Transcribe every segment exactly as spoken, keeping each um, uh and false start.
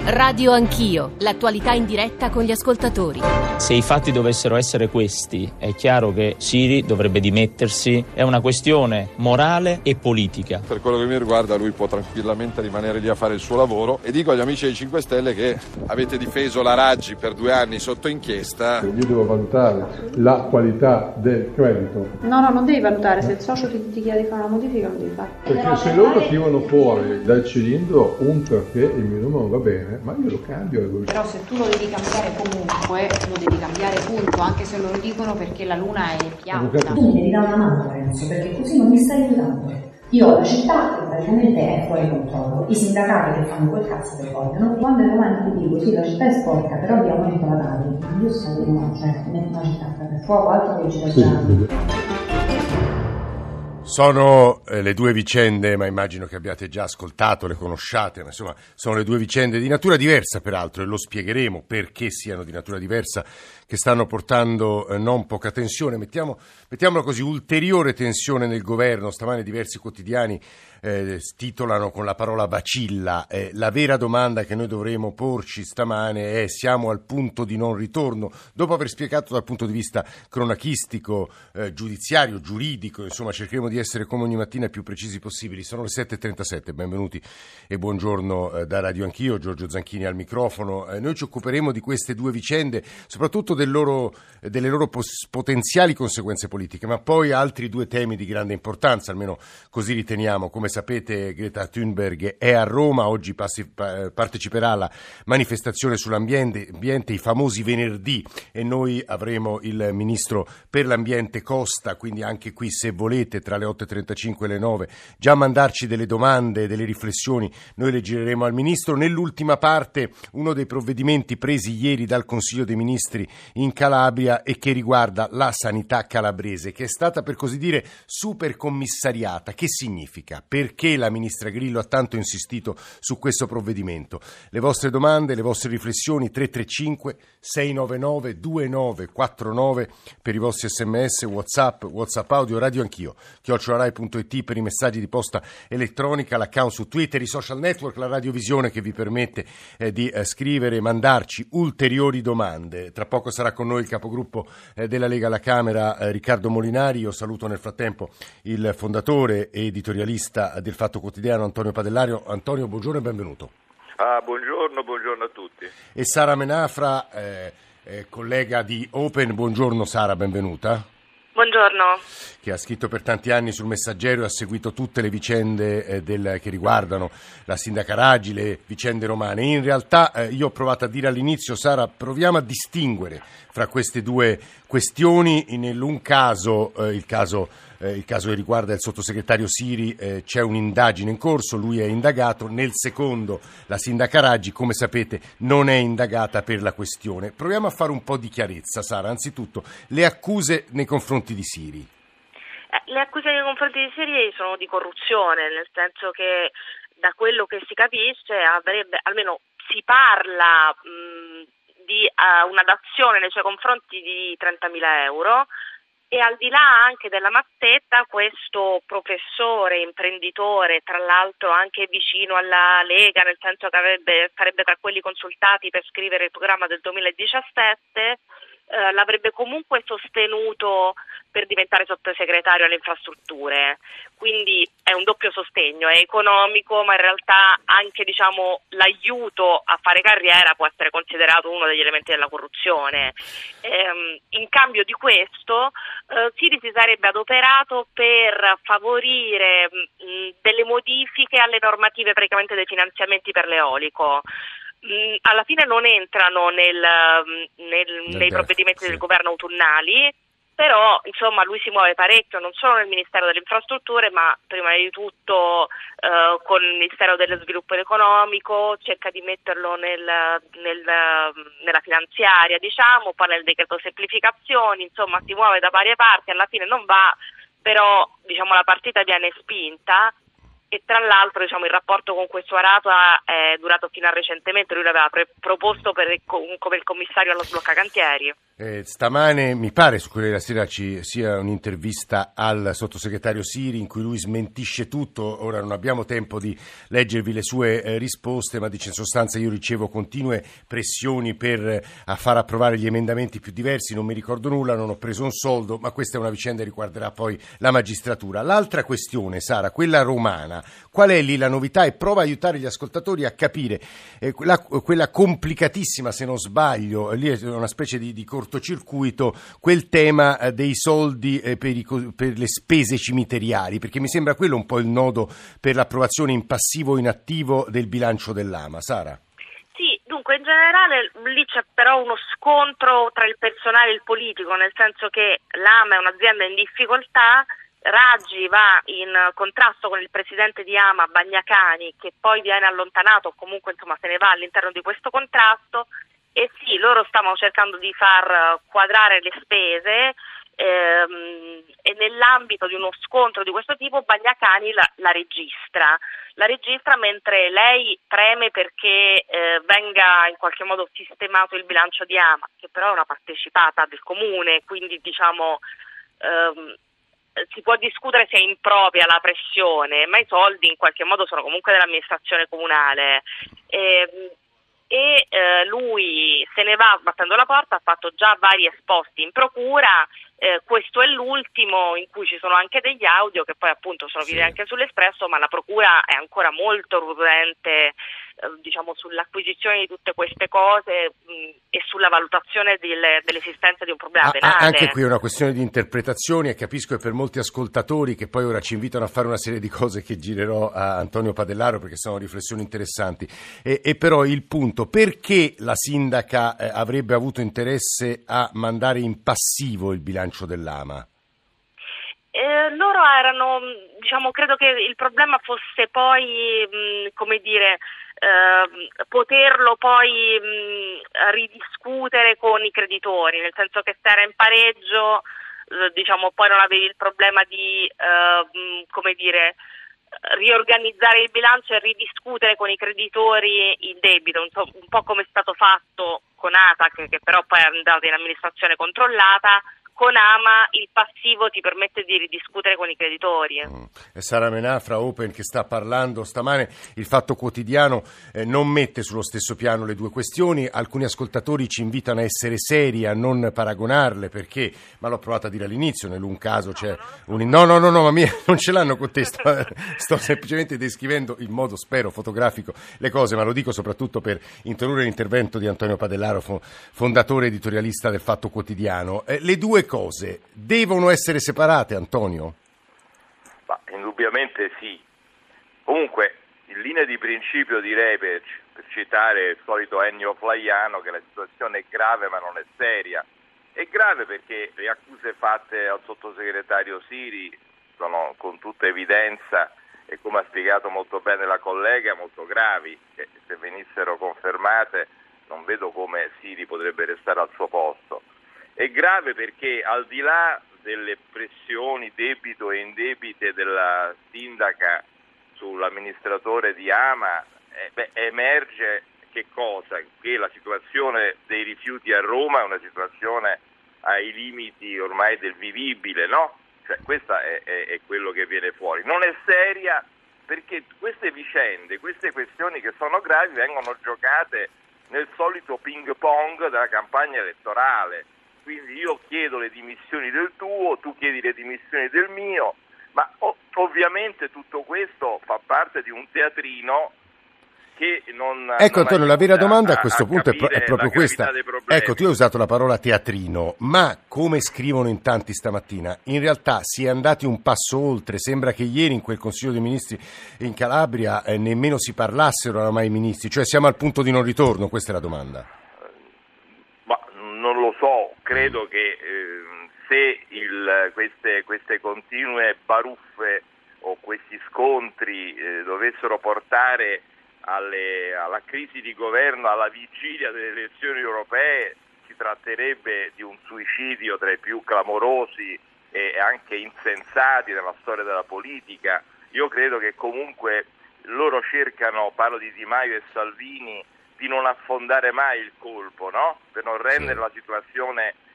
Radio Anch'io, l'attualità in diretta con gli ascoltatori. Se i fatti dovessero essere questi, è chiaro che Siri dovrebbe dimettersi. È una questione morale e politica. Per quello che mi riguarda, lui può tranquillamente rimanere lì a fare il suo lavoro. E dico agli amici dei cinque Stelle che avete difeso la Raggi per due anni sotto inchiesta. Io devo valutare la qualità del credito. No, no, non devi valutare. Se il socio ti, ti chiede di fare una modifica, non devi fare. Perché se loro tirano fuori dal cilindro un perché il mio numero va bene, ma io lo cambio. Però se tu lo devi cambiare comunque, lo devi cambiare punto, anche se loro dicono perché la luna è piatta. Tu mi devi dare una mano, Lorenzo, perché così non mi stai aiutando. Io ho la città che praticamente è fuori controllo, i sindacati che fanno quel cazzo che vogliono. Quando domani ti dico sì, la città è sporca, però abbiamo vinto la Tari, io sto di no, cioè una città per fuoco, altro che ci facciamo. Sono eh, le due vicende, ma immagino che abbiate già ascoltato, le conosciate, ma insomma sono le due vicende di natura diversa peraltro, e lo spiegheremo perché siano di natura diversa, che stanno portando eh, non poca tensione, mettiamo, mettiamola così, ulteriore tensione nel governo. Stamane diversi quotidiani eh, titolano con la parola vacilla. Eh, la vera domanda che noi dovremo porci stamane è: siamo al punto di non ritorno? Dopo aver spiegato dal punto di vista cronachistico, eh, giudiziario, giuridico, insomma cercheremo di essere come ogni mattina più precisi possibili. Sono le sette e trentasette, benvenuti e buongiorno eh, da Radio Anch'io, Giorgio Zanchini al microfono. Eh, noi ci occuperemo di queste due vicende, soprattutto del loro, eh, delle loro pos- potenziali conseguenze politiche, ma poi altri due temi di grande importanza, almeno così riteniamo. Come sapete, Greta Thunberg è a Roma, oggi passi, pa- parteciperà alla manifestazione sull'ambiente, ambiente, i famosi venerdì, e noi avremo il ministro per l'ambiente Costa, quindi anche qui, se volete, tra le otto e trentacinque e le nove, già mandarci delle domande, delle riflessioni, noi le gireremo al Ministro. Nell'ultima parte, uno dei provvedimenti presi ieri dal Consiglio dei Ministri in Calabria e che riguarda la sanità calabrese, che è stata, per così dire, super commissariata. Che significa? Perché la Ministra Grillo ha tanto insistito su questo provvedimento? Le vostre domande, le vostre riflessioni, tre tre cinque sei nove nove due nove quattro nove per i vostri sms, whatsapp, whatsapp audio, Radio Anch'io, chiocciola rai punto it per i messaggi di posta elettronica, l'account su Twitter, i social network, la radiovisione che vi permette eh, di eh, scrivere e mandarci ulteriori domande. Tra poco sarà con noi il capogruppo eh, della Lega alla Camera, eh, Riccardo Molinari. Io saluto nel frattempo il fondatore e editorialista del Fatto Quotidiano, Antonio Padellario. Antonio, buongiorno e benvenuto. Ah, buongiorno, buongiorno a tutti. E Sara Menafra, eh, eh, collega di Open. Buongiorno Sara, benvenuta. Buongiorno. Che ha scritto per tanti anni sul Messaggero e ha seguito tutte le vicende eh, del, che riguardano la sindaca Raggi, le vicende romane. In realtà eh, io ho provato a dire all'inizio, Sara, proviamo a distinguere fra queste due questioni. Nell'un caso, eh, il caso eh, il caso che riguarda il sottosegretario Siri, eh, c'è un'indagine in corso, lui è indagato. Nel secondo, la sindaca Raggi, come sapete, non è indagata per la questione. Proviamo a fare un po' di chiarezza, Sara. Anzitutto, le accuse nei confronti di Siri. Le accuse nei confronti di Siri sono di corruzione, nel senso che da quello che si capisce avrebbe, almeno si parla mh, di uh, una dazione nei suoi confronti di trentamila euro, e al di là anche della mazzetta, questo professore, imprenditore, tra l'altro anche vicino alla Lega, nel senso che avrebbe, sarebbe tra quelli consultati per scrivere il programma del duemiladiciassette, eh, l'avrebbe comunque sostenuto per diventare sottosegretario alle infrastrutture. Quindi è un doppio sostegno, è economico, ma in realtà anche, diciamo, l'aiuto a fare carriera può essere considerato uno degli elementi della corruzione. Ehm, in cambio di questo, eh, Siri si sarebbe adoperato per favorire mh, delle modifiche alle normative praticamente dei finanziamenti per l'eolico. Mh, alla fine non entrano nel, nel, nei provvedimenti del governo autunnali, però insomma lui si muove parecchio, non solo nel Ministero delle Infrastrutture, ma prima di tutto eh, con il Ministero dello Sviluppo Economico, cerca di metterlo nel, nel, nella finanziaria, diciamo, poi nel decreto semplificazioni, insomma si muove da varie parti, alla fine non va, però diciamo la partita viene spinta. E tra l'altro, diciamo, il rapporto con questo Arata è durato fino a recentemente, lui l'aveva pre- proposto per il, come il commissario allo sblocca cantieri. Eh, stamane mi pare su Corriere della Sera ci sia un'intervista al sottosegretario Siri in cui lui smentisce tutto. Ora non abbiamo tempo di leggervi le sue eh, risposte, ma dice in sostanza: io ricevo continue pressioni per eh, a far approvare gli emendamenti più diversi, non mi ricordo nulla, non ho preso un soldo, ma questa è una vicenda che riguarderà poi la magistratura. L'altra questione, Sara, quella romana, qual è lì la novità? E prova a aiutare gli ascoltatori a capire eh, quella, quella complicatissima, se non sbaglio, lì è una specie di, di cortocircuito, quel tema eh, dei soldi eh, per, i, per le spese cimiteriali, perché mi sembra quello un po' il nodo per l'approvazione in passivo o in attivo del bilancio dell'A M A. Sara? Sì, dunque in generale lì c'è però uno scontro tra il personale e il politico, nel senso che l'A M A è un'azienda in difficoltà. Raggi va in contrasto con il presidente di A M A, Bagnacani, che poi viene allontanato o comunque insomma se ne va all'interno di questo contrasto. E sì, loro stavano cercando di far quadrare le spese ehm, e nell'ambito di uno scontro di questo tipo Bagnacani la, la registra. La registra mentre lei preme perché eh, venga in qualche modo sistemato il bilancio di A M A, che però è una partecipata del comune, quindi diciamo ehm, si può discutere se è impropria la pressione, ma i soldi in qualche modo sono comunque dell'amministrazione comunale. E, e eh, lui se ne va sbattendo la porta, ha fatto già vari esposti in procura, eh, questo è l'ultimo in cui ci sono anche degli audio che poi appunto sono sì. Anche sull'Espresso, ma la procura è ancora molto prudente eh, diciamo sull'acquisizione di tutte queste cose mh, e sulla valutazione delle, dell'esistenza di un problema ah, penale. Anche qui è una questione di interpretazioni e capisco che per molti ascoltatori che poi ora ci invitano a fare una serie di cose che girerò a Antonio Padellaro perché sono riflessioni interessanti e, e però il punto: perché la sindaca eh, avrebbe avuto interesse a mandare in passivo il bilancio dell'A M A? Eh, loro erano, diciamo, credo che il problema fosse poi, mh, come dire, eh, poterlo poi mh, ridiscutere con i creditori, nel senso che se era in pareggio, eh, diciamo, poi non avevi il problema di, eh, mh, come dire, riorganizzare il bilancio e ridiscutere con i creditori il debito, un po', un po' come è stato fatto con A T A C, che però poi è andato in amministrazione controllata. Con A M A il passivo ti permette di ridiscutere con i creditori. Mm. E Sara Menafra, Open, che sta parlando stamane. Il Fatto Quotidiano eh, non mette sullo stesso piano le due questioni. Alcuni ascoltatori ci invitano a essere seri, a non paragonarle, perché, ma l'ho provato a dire all'inizio, nell'un caso c'è no, un... No, no, no, no, ma mia, non ce l'hanno con te, sto, sto semplicemente descrivendo in modo, spero, fotografico le cose, ma lo dico soprattutto per introdurre l'intervento di Antonio Padellaro, fondatore editorialista del Fatto Quotidiano. Eh, le due cose devono essere separate, Antonio? Ma, indubbiamente sì. Comunque, in linea di principio direi, per, per citare il solito Ennio Flaiano, che la situazione è grave ma non è seria. È grave perché le accuse fatte al sottosegretario Siri sono con tutta evidenza, e come ha spiegato molto bene la collega, molto gravi, che se venissero confermate non vedo come Siri potrebbe restare al suo posto. È grave perché al di là delle pressioni debito e indebite della sindaca sull'amministratore di A M A, eh, beh, emerge che cosa? Che la situazione dei rifiuti a Roma è una situazione ai limiti ormai del vivibile, no? Cioè, questo è, è, è quello che viene fuori. Non è seria perché queste vicende, queste questioni che sono gravi vengono giocate nel solito ping pong della campagna elettorale. Quindi io chiedo le dimissioni del tuo, tu chiedi le dimissioni del mio, ma ov- ovviamente tutto questo fa parte di un teatrino che non... Ecco non Antonio, la vera domanda a questo a punto è, pro- è proprio questa. Ecco, tu hai usato la parola teatrino, ma come scrivono in tanti stamattina, in realtà si è andati un passo oltre. Sembra che ieri in quel Consiglio dei Ministri in Calabria eh, nemmeno si parlassero oramai i ministri, cioè siamo al punto di non ritorno, questa è la domanda. Non lo so, credo che eh, se il, queste, queste continue baruffe o questi scontri eh, dovessero portare alle, alla crisi di governo alla vigilia delle elezioni europee, si tratterebbe di un suicidio tra i più clamorosi e anche insensati nella storia della politica. Io credo che comunque loro cercano, parlo di Di Maio e Salvini, di non affondare mai il colpo, no? Per non rendere la situazione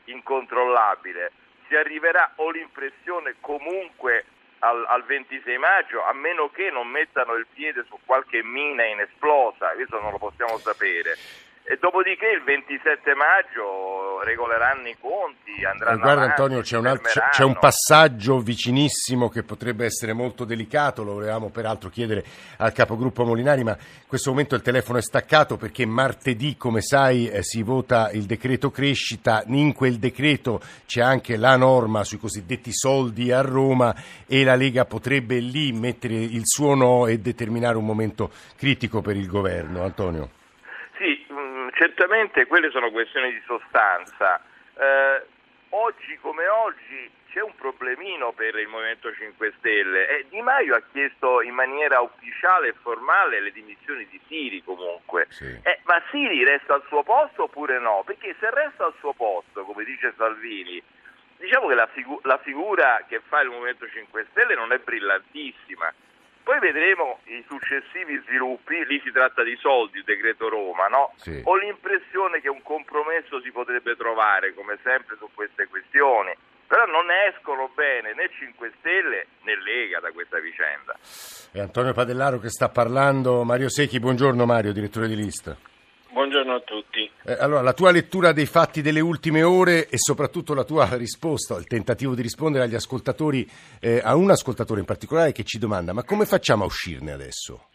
incontrollabile, si arriverà, ho l'impressione, comunque al, al ventisei maggio, a meno che non mettano il piede su qualche mina inesplosa, questo non lo possiamo sapere. E dopodiché il ventisette maggio regoleranno i conti, andranno Guarda avanti, Antonio, c'è un, altro, c'è, c'è un passaggio vicinissimo che potrebbe essere molto delicato, lo volevamo peraltro chiedere al capogruppo Molinari, ma in questo momento il telefono è staccato perché martedì, come sai, eh, si vota il decreto crescita. In quel decreto c'è anche la norma sui cosiddetti soldi a Roma e la Lega potrebbe lì mettere il suo no e determinare un momento critico per il governo. Antonio. Sì, mh, certamente quelle sono questioni di sostanza. Eh, oggi come oggi c'è un problemino per il Movimento cinque Stelle. Eh, Di Maio ha chiesto in maniera ufficiale e formale le dimissioni di Siri comunque. Sì. Eh, ma Siri resta al suo posto oppure no? Perché se resta al suo posto, come dice Salvini, diciamo che la, figu- la figura che fa il Movimento cinque Stelle non è brillantissima. Poi vedremo i successivi sviluppi, lì si tratta di soldi, il decreto Roma, no? Sì. Ho l'impressione che un compromesso si potrebbe trovare, come sempre, su queste questioni, però non ne escono bene né cinque Stelle né Lega da questa vicenda. È Antonio Padellaro che sta parlando. Mario Secchi, buongiorno Mario, direttore di lista. Buongiorno a tutti. Eh, allora, la tua lettura dei fatti delle ultime ore e soprattutto la tua risposta, il tentativo di rispondere agli ascoltatori, eh, a un ascoltatore in particolare che ci domanda: ma come facciamo a uscirne adesso?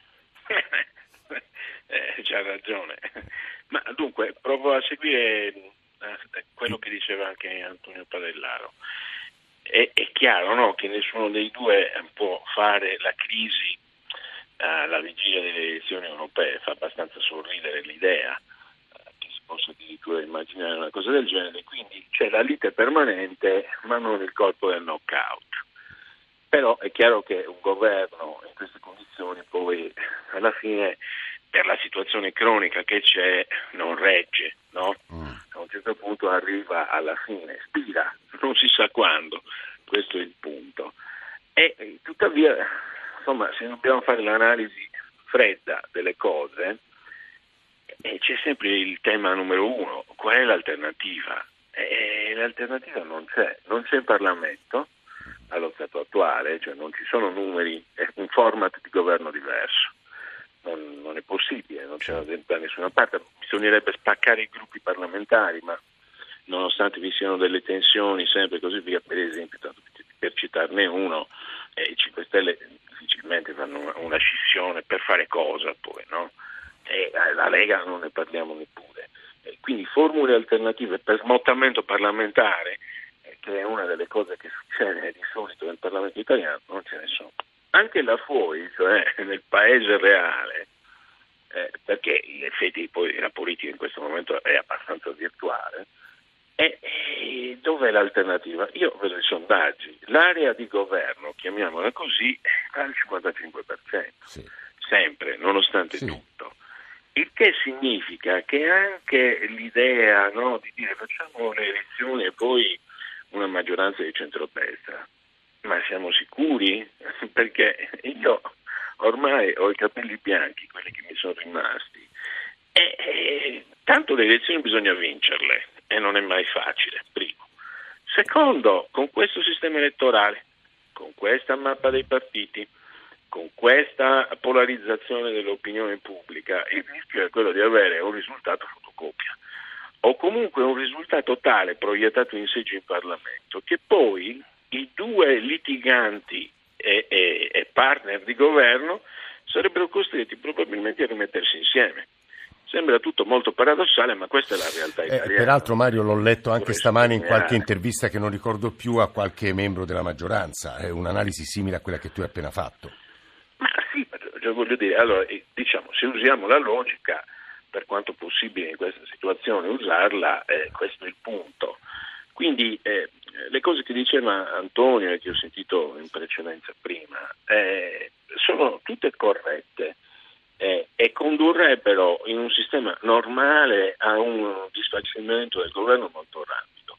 eh, c'ha ragione. Ma dunque, provo a seguire eh, quello che diceva anche Antonio Padellaro. È, è chiaro, no, che nessuno dei due può fare la crisi alla vigilia delle elezioni europee. Fa abbastanza sorridere l'idea eh, che si possa addirittura immaginare una cosa del genere, quindi c'è la lite permanente ma non il colpo del knockout. Però è chiaro che un governo in queste condizioni poi alla fine, per la situazione cronica che c'è, non regge, no? Mm. A un certo punto arriva alla fine, spira, non si sa quando, questo è il punto. E tuttavia, insomma, se dobbiamo fare l'analisi fredda delle cose, eh, c'è sempre il tema numero uno: qual è l'alternativa? E l'alternativa non c'è, non c'è in Parlamento allo stato attuale, cioè non ci sono numeri, è un format di governo diverso, non, non è possibile, non c'è da nessuna parte. Bisognerebbe spaccare i gruppi parlamentari, ma nonostante vi siano delle tensioni sempre così via, per esempio, tanto per citarne uno, eh, i cinque Stelle difficilmente fanno una, una scissione per fare cosa poi, no? E la Lega non ne parliamo neppure. E quindi formule alternative per smottamento parlamentare, eh, che è una delle cose che succede di solito nel Parlamento italiano, non ce ne sono. Anche là fuori, cioè nel paese reale, eh, perché in effetti poi la politica in questo momento è abbastanza virtuale, e, e dov'è l'alternativa? Io vedo i sondaggi, l'area di governo, chiamiamola così, al cinquantacinque per cento, sì. Sempre, nonostante sì. tutto. Il che significa che anche l'idea, no, di dire facciamo le elezioni e poi una maggioranza di centrodestra, ma siamo sicuri? Perché io ormai ho i capelli bianchi, quelli che mi sono rimasti, e, e tanto le elezioni bisogna vincerle e non è mai facile, primo. Secondo, con questo sistema elettorale, con questa mappa dei partiti, con questa polarizzazione dell'opinione pubblica, il rischio è quello di avere un risultato fotocopia o comunque un risultato tale proiettato in seggi in Parlamento che poi i due litiganti e, e, e partner di governo sarebbero costretti probabilmente a rimettersi insieme. Sembra tutto molto paradossale, ma questa è la realtà italiana. Eh, peraltro Mario, l'ho letto anche stamane in qualche intervista che non ricordo più a qualche membro della maggioranza, è un'analisi simile a quella che tu hai appena fatto. Ma sì, voglio dire, allora, diciamo, se usiamo la logica, per quanto possibile in questa situazione usarla, eh, questo è il punto. Quindi eh, le cose che diceva Antonio e che ho sentito in precedenza prima eh, sono tutte corrette eh, e condurrebbero in un sistema normale a un disfacimento del governo molto rapido.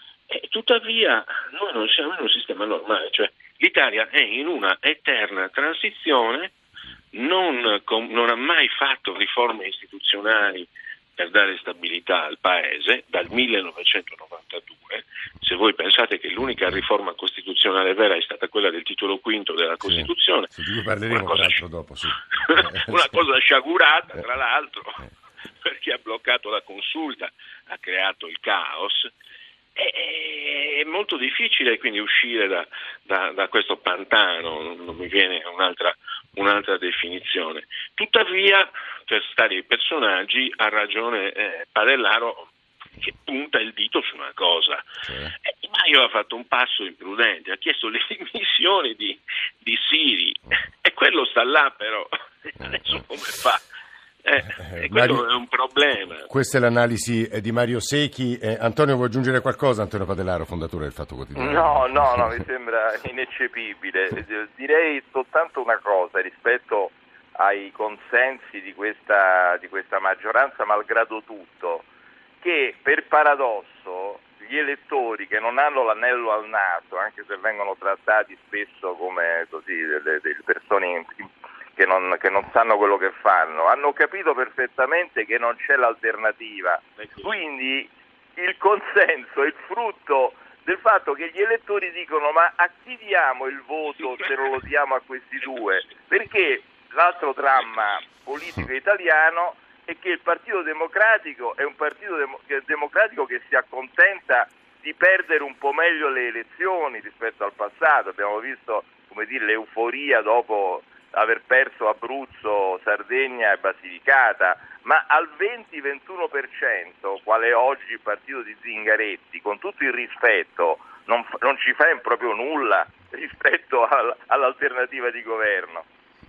E tuttavia noi non siamo in un sistema normale, cioè l'Italia è in una eterna transizione, non, com, non ha mai fatto riforme istituzionali per dare stabilità al Paese dal millenovecentonovantadue. Se voi pensate che l'unica riforma costituzionale vera è stata quella del titolo quinto della Costituzione, sì, di cui parleremo una cosa, sci- dopo, sì. una cosa sciagurata, tra l'altro, perché ha bloccato la consulta, ha creato il caos. È molto difficile quindi uscire da, da, da questo pantano, non mi viene un'altra, un'altra definizione. Tuttavia, per stare ai personaggi, ha ragione eh, Padellaro, che punta il dito su una cosa. Eh, Di Maio ha fatto un passo imprudente, ha chiesto le dimissioni di, di Siri e quello sta là però, adesso come fa? Eh, e questo Mario, è un problema. Questa è l'analisi di Mario Secchi. Eh, Antonio, vuoi aggiungere qualcosa? Antonio Padellaro, fondatore del Fatto Quotidiano. No, no, no, mi sembra ineccepibile. Direi soltanto una cosa rispetto ai consensi di questa, di questa maggioranza, malgrado tutto, che per paradosso gli elettori che non hanno l'anello al naso, anche se vengono trattati spesso come così delle, delle persone Che non, che non sanno quello che fanno, hanno capito perfettamente che non c'è l'alternativa. Quindi il consenso è il frutto del fatto che gli elettori dicono: ma a chi diamo il voto se non lo diamo a questi due? Perché l'altro dramma politico italiano è che il Partito Democratico è un partito dem- democratico che si accontenta di perdere un po' meglio le elezioni rispetto al passato. Abbiamo visto, come dire, l'euforia dopo aver perso Abruzzo, Sardegna e Basilicata, ma al venti ventuno per cento, quale oggi il partito di Zingaretti, con tutto il rispetto, non, non ci fa proprio nulla rispetto all, all'alternativa di governo.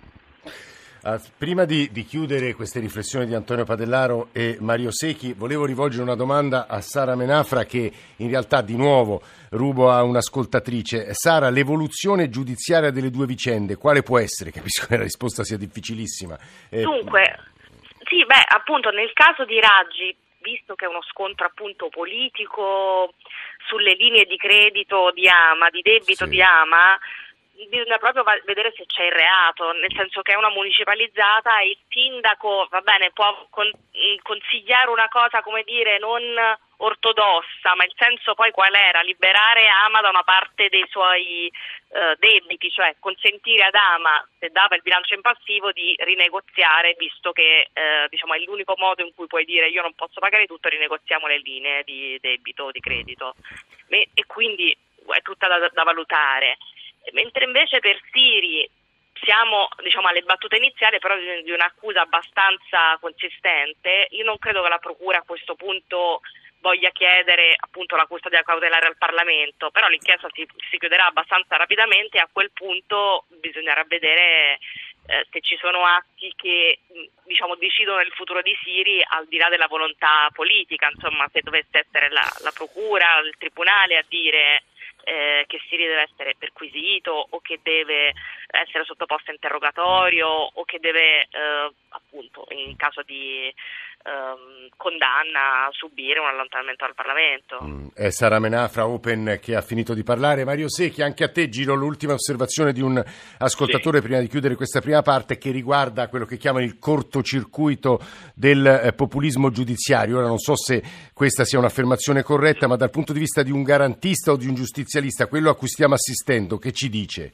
Uh, prima di, di chiudere queste riflessioni di Antonio Padellaro e Mario Secchi, volevo rivolgere una domanda a Sara Menafra, che in realtà di nuovo rubo a un'ascoltatrice. Sara, l'evoluzione giudiziaria delle due vicende, quale può essere? Capisco che la risposta sia difficilissima. Eh, Dunque, sì, beh, appunto nel caso di Raggi, visto che è uno scontro appunto politico sulle linee di credito di Ama, di debito sì. di Ama, bisogna proprio vedere se c'è il reato, nel senso che è una municipalizzata e il sindaco, va bene, può con, consigliare una cosa, come dire, non ortodossa, ma il senso poi qual era? Liberare Ama da una parte dei suoi eh, debiti, cioè consentire ad Ama, se dava il bilancio in passivo, di rinegoziare, visto che eh, diciamo è l'unico modo in cui puoi dire: io non posso pagare tutto, rinegoziamo le linee di debito o di credito, e, e quindi è tutta da, da valutare. Mentre invece per Siri siamo, diciamo, alle battute iniziali, però di, di un'accusa abbastanza consistente. Io non credo che la Procura a questo punto voglia chiedere appunto la custodia cautelare al Parlamento, però l'inchiesta si, si chiuderà abbastanza rapidamente e a quel punto bisognerà vedere eh, se ci sono atti che, diciamo, decidono il futuro di Siri al di là della volontà politica. Insomma, se dovesse essere la, la Procura, il Tribunale a dire Eh, che Siri deve essere perquisito o che deve essere sottoposto a interrogatorio o che deve eh, appunto in caso di eh, condanna subire un allontanamento dal Parlamento. Mm, è Sara Menafra, Open, che ha finito di parlare. Mario Secchi, anche a te giro l'ultima osservazione di un ascoltatore sì. prima di chiudere questa prima parte, che riguarda quello che chiamano il cortocircuito del eh, populismo giudiziario. Ora non so se questa sia un'affermazione corretta, ma dal punto di vista di un garantista o di un giustizialista, quello a cui stiamo assistendo, che ci dice?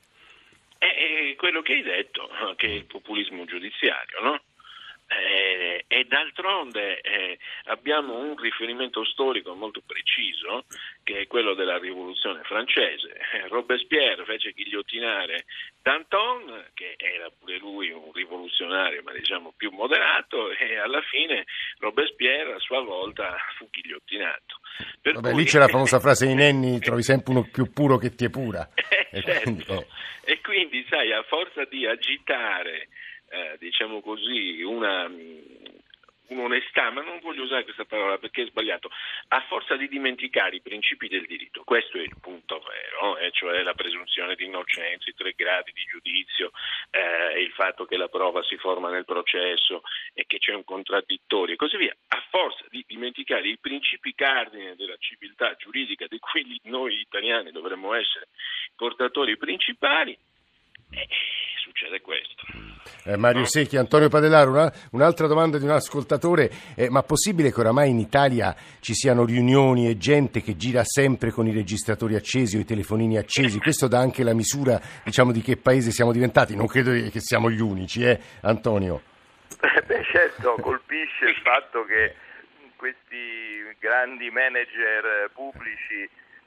È, è quello che hai detto, che è il populismo giudiziario, no? Eh, e d'altronde eh, abbiamo un riferimento storico molto preciso, che è quello della rivoluzione francese. Eh, Robespierre fece ghigliottinare Danton, che era pure lui un rivoluzionario ma diciamo più moderato, e alla fine Robespierre a sua volta fu ghigliottinato. Per Vabbè, cui... lì c'è la famosa frase: in Nenni trovi sempre uno più puro che ti è pura. Eh, e, certo. quindi, eh. e quindi sai, a forza di agitare Eh, diciamo così, una, un'onestà, ma non voglio usare questa parola perché è sbagliato, a forza di dimenticare i principi del diritto. Questo è il punto vero, eh, cioè la presunzione di innocenza, i tre gradi di giudizio, eh, il fatto che la prova si forma nel processo e che c'è un contraddittorio e così via. A forza di dimenticare i principi cardine della civiltà giuridica di cui noi italiani dovremmo essere portatori principali, eh, succede questo. Eh, Mario Secchi, Antonio Padellaro, una, un'altra domanda di un ascoltatore, eh, ma possibile che oramai in Italia ci siano riunioni e gente che gira sempre con i registratori accesi o i telefonini accesi? Questo dà anche la misura, diciamo, di che paese siamo diventati. Non credo che siamo gli unici, eh, Antonio? Beh, certo, colpisce il fatto che questi grandi manager pubblici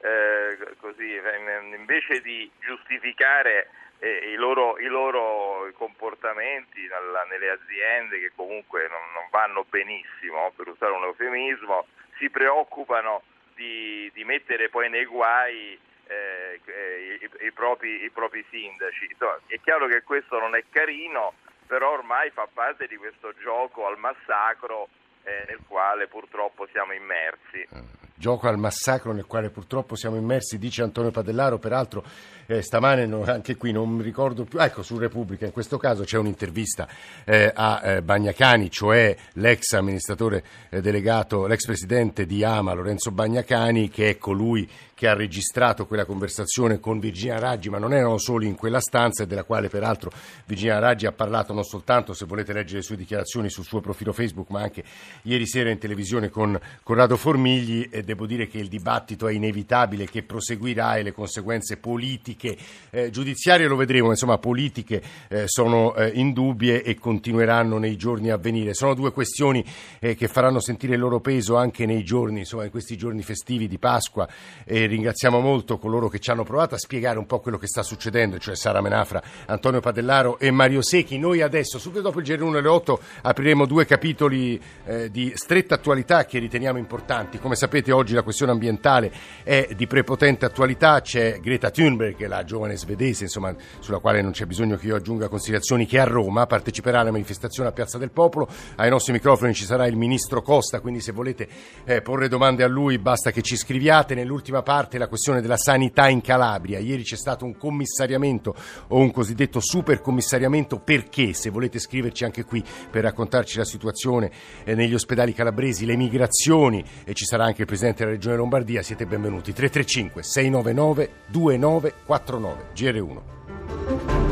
eh, così, invece di giustificare eh, i, loro, i loro comportamenti nella, nelle aziende che comunque non, non vanno benissimo, per usare un eufemismo, si preoccupano di, di mettere poi nei guai eh, i, i, propri, i propri sindaci. Insomma, è chiaro che questo non è carino, però ormai fa parte di questo gioco al massacro eh, nel quale purtroppo siamo immersi. Gioco al massacro nel quale purtroppo siamo immersi, dice Antonio Padellaro. Peraltro eh, stamane no, anche qui non mi ricordo più, ecco, su Repubblica in questo caso c'è un'intervista eh, a eh, Bagnacani, cioè l'ex amministratore eh, delegato, l'ex presidente di Ama, Lorenzo Bagnacani, che è colui che ha registrato quella conversazione con Virginia Raggi, ma non erano soli in quella stanza, e della quale peraltro Virginia Raggi ha parlato non soltanto, se volete leggere le sue dichiarazioni, sul suo profilo Facebook, ma anche ieri sera in televisione con Corrado Formigli. E devo dire che il dibattito è inevitabile, che proseguirà, e le conseguenze politiche, eh, giudiziarie lo vedremo, insomma politiche eh, sono eh, indubbie e continueranno nei giorni a venire. Sono due questioni eh, che faranno sentire il loro peso anche nei giorni, insomma in questi giorni festivi di Pasqua, e ringraziamo molto coloro che ci hanno provato a spiegare un po' quello che sta succedendo, cioè Sara Menafra, Antonio Padellaro e Mario Secchi. Noi adesso, subito dopo il G R uno alle otto, apriremo due capitoli eh, di stretta attualità che riteniamo importanti. Come sapete, oggi la questione ambientale è di prepotente attualità. C'è Greta Thunberg, la giovane svedese, insomma, sulla quale non c'è bisogno che io aggiunga considerazioni, che a Roma parteciperà alla manifestazione a Piazza del Popolo. Ai nostri microfoni ci sarà il ministro Costa, quindi se volete eh, porre domande a lui basta che ci scriviate. Nell'ultima parte la questione della sanità in Calabria. Ieri c'è stato un commissariamento o un cosiddetto super commissariamento. Perché? Se volete scriverci anche qui per raccontarci la situazione eh, negli ospedali calabresi, le migrazioni, e ci sarà anche il presidente della Regione Lombardia, siete benvenuti. Tre tre cinque sei nove nove due nove quattro nove G R uno.